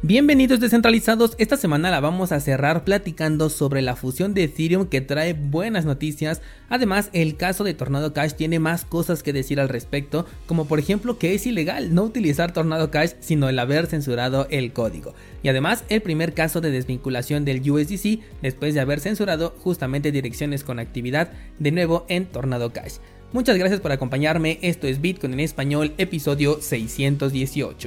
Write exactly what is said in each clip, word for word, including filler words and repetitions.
Bienvenidos descentralizados, esta semana la vamos a cerrar platicando sobre la fusión de Ethereum que trae buenas noticias. Además, el caso de Tornado Cash tiene más cosas que decir al respecto, como por ejemplo que es ilegal no utilizar Tornado Cash sino el haber censurado el código. Y además el primer caso de desvinculación del U S D C después de haber censurado justamente direcciones con actividad de nuevo en Tornado Cash. Muchas gracias por acompañarme, esto es Bitcoin en español, episodio seiscientos dieciocho.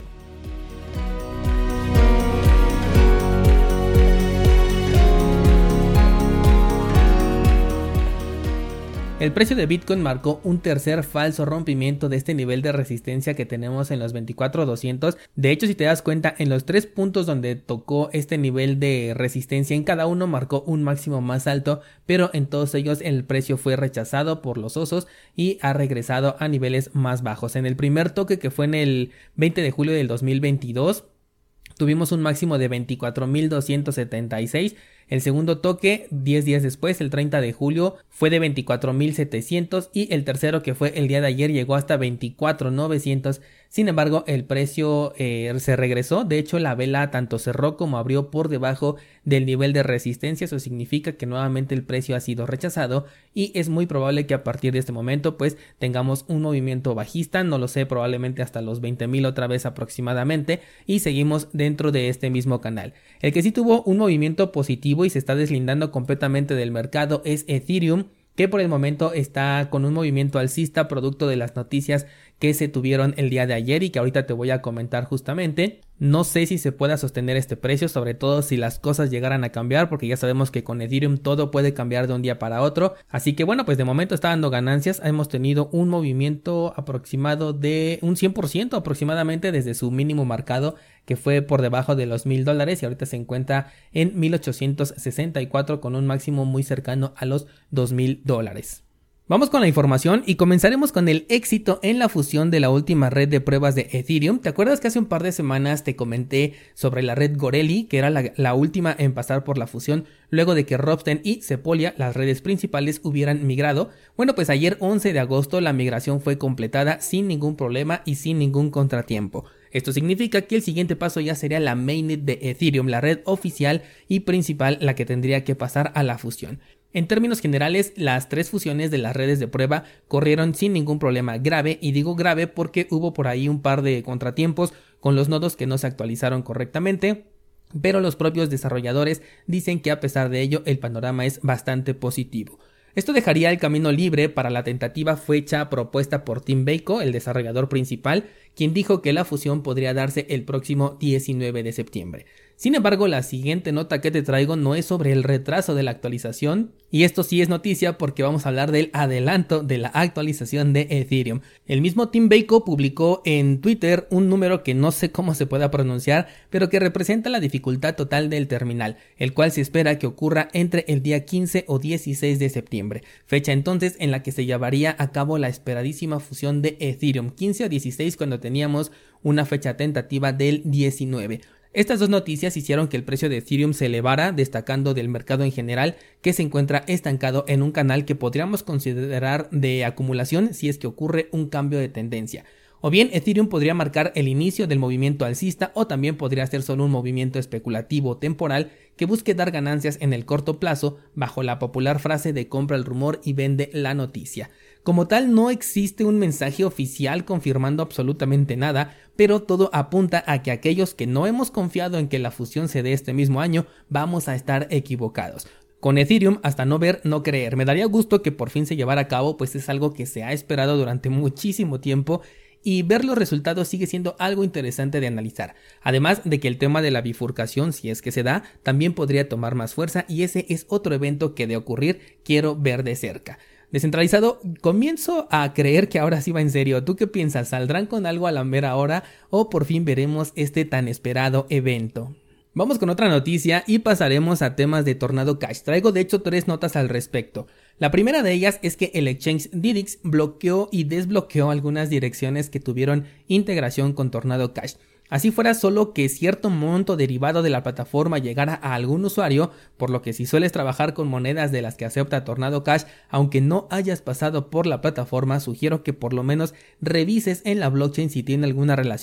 El precio de Bitcoin marcó un tercer falso rompimiento de este nivel de resistencia que tenemos en los veinticuatro mil doscientos. De hecho, si te das cuenta, en los tres puntos donde tocó este nivel de resistencia, en cada uno marcó un máximo más alto, pero en todos ellos el precio fue rechazado por los osos y ha regresado a niveles más bajos. En el primer toque, que fue en el veinte de julio del dos mil veintidós, tuvimos un máximo de veinticuatro mil doscientos setenta y seis. El segundo toque, diez días después, el treinta de julio, fue de veinticuatro mil setecientos y el tercero, que fue el día de ayer, llegó hasta veinticuatro mil novecientos. Sin embargo, el precio eh, se regresó. De hecho, la vela tanto cerró como abrió por debajo del nivel de resistencia. Eso significa que nuevamente el precio ha sido rechazado y es muy probable que a partir de este momento pues tengamos un movimiento bajista, no lo sé, probablemente hasta los veinte mil otra vez aproximadamente, y seguimos dentro de este mismo canal. El que sí tuvo un movimiento positivo y se está deslindando completamente del mercado es Ethereum, que por el momento está con un movimiento alcista producto de las noticias que se tuvieron el día de ayer y que ahorita te voy a comentar justamente. No sé si se pueda sostener este precio, sobre todo si las cosas llegaran a cambiar, porque ya sabemos que con Ethereum todo puede cambiar de un día para otro. Así que bueno, pues de momento está dando ganancias. Hemos tenido un movimiento aproximado de un cien por ciento aproximadamente desde su mínimo marcado, que fue por debajo de los mil dólares, y ahorita se encuentra en mil ochocientos sesenta y cuatro con un máximo muy cercano a los dos mil dólares. Vamos con la información y comenzaremos con el éxito en la fusión de la última red de pruebas de Ethereum. ¿Te acuerdas que hace un par de semanas te comenté sobre la red Goerli, que era la, la última en pasar por la fusión luego de que Ropsten y Sepolia, las redes principales, hubieran migrado? Bueno, pues ayer once de agosto la migración fue completada sin ningún problema y sin ningún contratiempo. Esto significa que el siguiente paso ya sería la mainnet de Ethereum, la red oficial y principal, la que tendría que pasar a la fusión. En términos generales, las tres fusiones de las redes de prueba corrieron sin ningún problema grave, y digo grave porque hubo por ahí un par de contratiempos con los nodos que no se actualizaron correctamente, pero los propios desarrolladores dicen que a pesar de ello el panorama es bastante positivo. Esto dejaría el camino libre para la tentativa fecha propuesta por Tim Beiko, el desarrollador principal, quien dijo que la fusión podría darse el próximo diecinueve de septiembre. Sin embargo, la siguiente nota que te traigo no es sobre el retraso de la actualización, y esto sí es noticia porque vamos a hablar del adelanto de la actualización de Ethereum. El mismo Tim Beiko publicó en Twitter un número que no sé cómo se pueda pronunciar, pero que representa la dificultad total del terminal, el cual se espera que ocurra entre el día quince o dieciséis de septiembre, fecha entonces en la que se llevaría a cabo la esperadísima fusión de Ethereum, quince o dieciséis cuando teníamos una fecha tentativa del diecinueve. Estas dos noticias hicieron que el precio de Ethereum se elevara, destacando del mercado en general, que se encuentra estancado en un canal que podríamos considerar de acumulación si es que ocurre un cambio de tendencia. O bien Ethereum podría marcar el inicio del movimiento alcista, o también podría ser solo un movimiento especulativo temporal que busque dar ganancias en el corto plazo bajo la popular frase de compra el rumor y vende la noticia. Como tal, no existe un mensaje oficial confirmando absolutamente nada, pero todo apunta a que aquellos que no hemos confiado en que la fusión se dé este mismo año vamos a estar equivocados. Con Ethereum, hasta no ver, no creer. Me daría gusto que por fin se llevara a cabo, pues es algo que se ha esperado durante muchísimo tiempo, y ver los resultados sigue siendo algo interesante de analizar. Además de que el tema de la bifurcación, si es que se da, también podría tomar más fuerza, y ese es otro evento que de ocurrir quiero ver de cerca. Descentralizado, comienzo a creer que ahora sí va en serio. ¿Tú qué piensas? ¿Saldrán con algo a la mera hora o por fin veremos este tan esperado evento? Vamos con otra noticia y pasaremos a temas de Tornado Cash. Traigo de hecho tres notas al respecto. La primera de ellas es que el exchange Didix bloqueó y desbloqueó algunas direcciones que tuvieron integración con Tornado Cash. Así fuera solo que cierto monto derivado de la plataforma llegara a algún usuario, por lo que si sueles trabajar con monedas de las que acepta Tornado Cash, aunque no hayas pasado por la plataforma, sugiero que por lo menos revises en la blockchain si tiene alguna relación,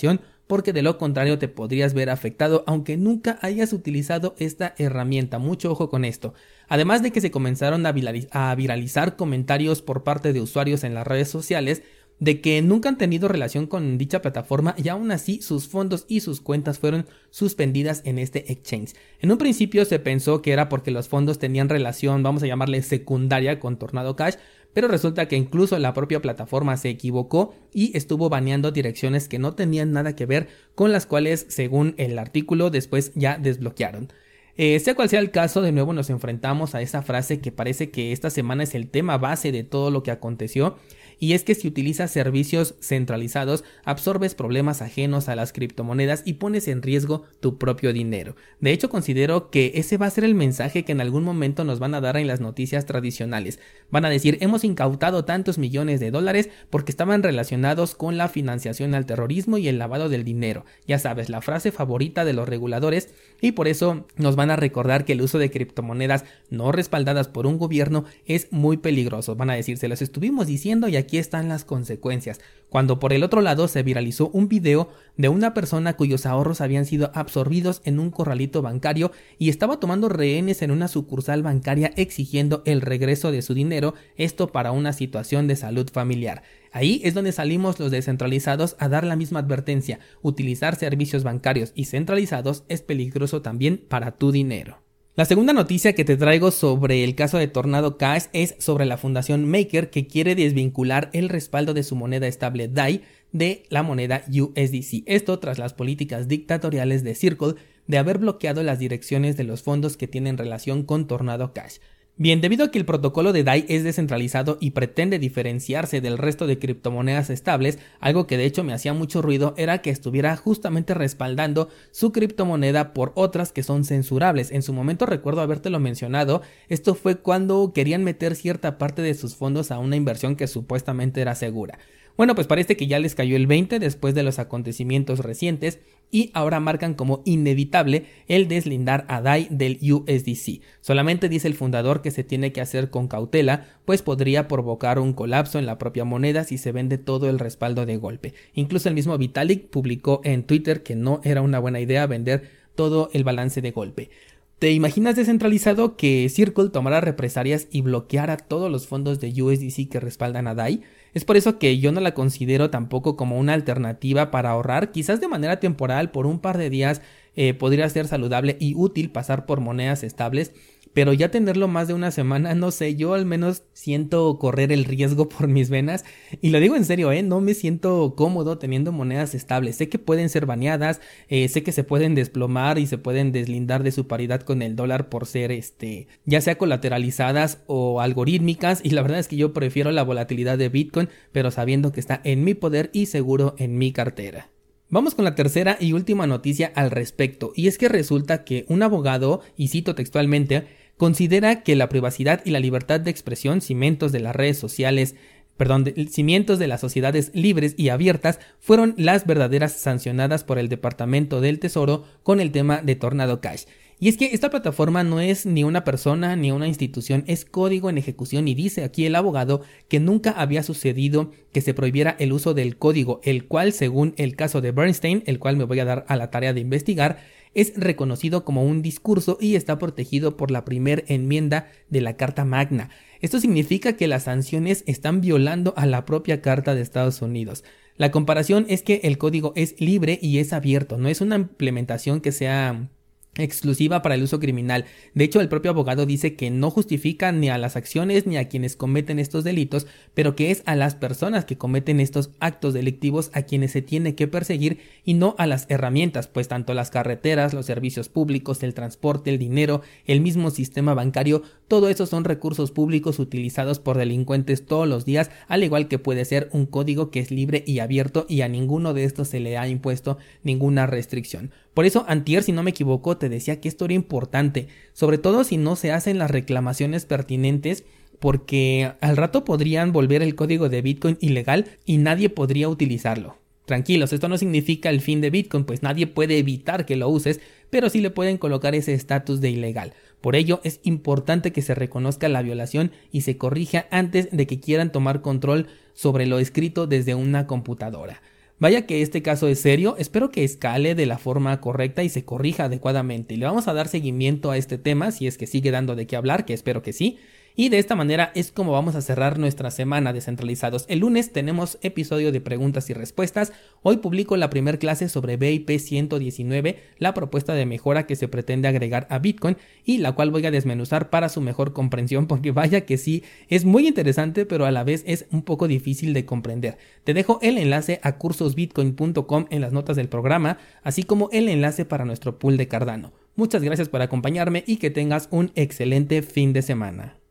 porque de lo contrario te podrías ver afectado aunque nunca hayas utilizado esta herramienta. Mucho ojo con esto. Además de que se comenzaron a viralizar comentarios por parte de usuarios en las redes sociales de que nunca han tenido relación con dicha plataforma y aún así sus fondos y sus cuentas fueron suspendidas en este exchange. En un principio se pensó que era porque los fondos tenían relación, vamos a llamarle secundaria, con Tornado Cash, pero resulta que incluso la propia plataforma se equivocó y estuvo baneando direcciones que no tenían nada que ver con las cuales, según el artículo, después ya desbloquearon. Eh, sea cual sea el caso, de nuevo nos enfrentamos a esa frase que parece que esta semana es el tema base de todo lo que aconteció, y es que si utilizas servicios centralizados absorbes problemas ajenos a las criptomonedas y pones en riesgo tu propio dinero. De hecho, considero que ese va a ser el mensaje que en algún momento nos van a dar en las noticias tradicionales. Van a decir: hemos incautado tantos millones de dólares porque estaban relacionados con la financiación al terrorismo y el lavado del dinero. Ya sabes, la frase favorita de los reguladores, y por eso nos van a recordar que el uso de criptomonedas no respaldadas por un gobierno es muy peligroso. Van a decir: se los estuvimos diciendo y aquí están las consecuencias. Cuando por el otro lado se viralizó un video de una persona cuyos ahorros habían sido absorbidos en un corralito bancario y estaba tomando rehenes en una sucursal bancaria exigiendo el regreso de su dinero, esto para una situación de salud familiar. Ahí es donde salimos los descentralizados a dar la misma advertencia: utilizar servicios bancarios y centralizados es peligroso también para tu dinero. La segunda noticia que te traigo sobre el caso de Tornado Cash es sobre la fundación Maker, que quiere desvincular el respaldo de su moneda estable D A I de la moneda U S D C. Esto tras las políticas dictatoriales de Circle de haber bloqueado las direcciones de los fondos que tienen relación con Tornado Cash. Bien, debido a que el protocolo de D A I es descentralizado y pretende diferenciarse del resto de criptomonedas estables, algo que de hecho me hacía mucho ruido era que estuviera justamente respaldando su criptomoneda por otras que son censurables. En su momento recuerdo habértelo mencionado, esto fue cuando querían meter cierta parte de sus fondos a una inversión que supuestamente era segura. Bueno, pues parece que ya les cayó el veinte después de los acontecimientos recientes y ahora marcan como inevitable el deslindar a D A I del U S D C. Solamente dice el fundador que se tiene que hacer con cautela, pues podría provocar un colapso en la propia moneda si se vende todo el respaldo de golpe. Incluso el mismo Vitalik publicó en Twitter que no era una buena idea vender todo el balance de golpe. ¿Te imaginas descentralizado que Circle tomara represalias y bloqueara todos los fondos de U S D C que respaldan a D A I? Es por eso que yo no la considero tampoco como una alternativa para ahorrar. Quizás de manera temporal, por un par de días, eh, podría ser saludable y útil pasar por monedas estables, pero ya tenerlo más de una semana, no sé, yo al menos siento correr el riesgo por mis venas, y lo digo en serio, eh, no me siento cómodo teniendo monedas estables. Sé que pueden ser baneadas, eh, sé que se pueden desplomar y se pueden deslindar de su paridad con el dólar por ser, este, ya sea colateralizadas o algorítmicas, y la verdad es que yo prefiero la volatilidad de Bitcoin, pero sabiendo que está en mi poder y seguro en mi cartera. Vamos con la tercera y última noticia al respecto, y es que resulta que un abogado, y cito textualmente, considera que la privacidad y la libertad de expresión, cimientos de las redes sociales, perdón, de, cimientos de las sociedades libres y abiertas, fueron las verdaderas sancionadas por el Departamento del Tesoro con el tema de Tornado Cash. Y es que esta plataforma no es ni una persona ni una institución, es código en ejecución, y dice aquí el abogado que nunca había sucedido que se prohibiera el uso del código, el cual, según el caso de Bernstein, el cual me voy a dar a la tarea de investigar, es reconocido como un discurso y está protegido por la primera enmienda de la Carta Magna. Esto significa que las sanciones están violando a la propia Carta de Estados Unidos. La comparación es que el código es libre y es abierto, no es una implementación que sea exclusiva para el uso criminal. De hecho, el propio abogado dice que no justifica ni a las acciones ni a quienes cometen estos delitos, pero que es a las personas que cometen estos actos delictivos a quienes se tiene que perseguir y no a las herramientas, pues tanto las carreteras, los servicios públicos, el transporte, el dinero, el mismo sistema bancario, todo eso son recursos públicos utilizados por delincuentes todos los días, al igual que puede ser un código que es libre y abierto, y a ninguno de estos se le ha impuesto ninguna restricción. Por eso, antier, si no me equivoco, te decía que esto era importante, sobre todo si no se hacen las reclamaciones pertinentes, porque al rato podrían volver el código de Bitcoin ilegal y nadie podría utilizarlo. Tranquilos, esto no significa el fin de Bitcoin, pues nadie puede evitar que lo uses, pero sí le pueden colocar ese estatus de ilegal. Por ello es importante que se reconozca la violación y se corrija antes de que quieran tomar control sobre lo escrito desde una computadora. Vaya que este caso es serio, espero que escale de la forma correcta y se corrija adecuadamente. Y le vamos a dar seguimiento a este tema si es que sigue dando de qué hablar, que espero que sí. Y de esta manera es como vamos a cerrar nuestra semana descentralizados. El lunes tenemos episodio de preguntas y respuestas. Hoy publico la primera clase sobre B I P ciento diecinueve, la propuesta de mejora que se pretende agregar a Bitcoin y la cual voy a desmenuzar para su mejor comprensión, porque vaya que sí, es muy interesante pero a la vez es un poco difícil de comprender. Te dejo el enlace a cursos bitcoin punto com en las notas del programa, así como el enlace para nuestro pool de Cardano. Muchas gracias por acompañarme y que tengas un excelente fin de semana.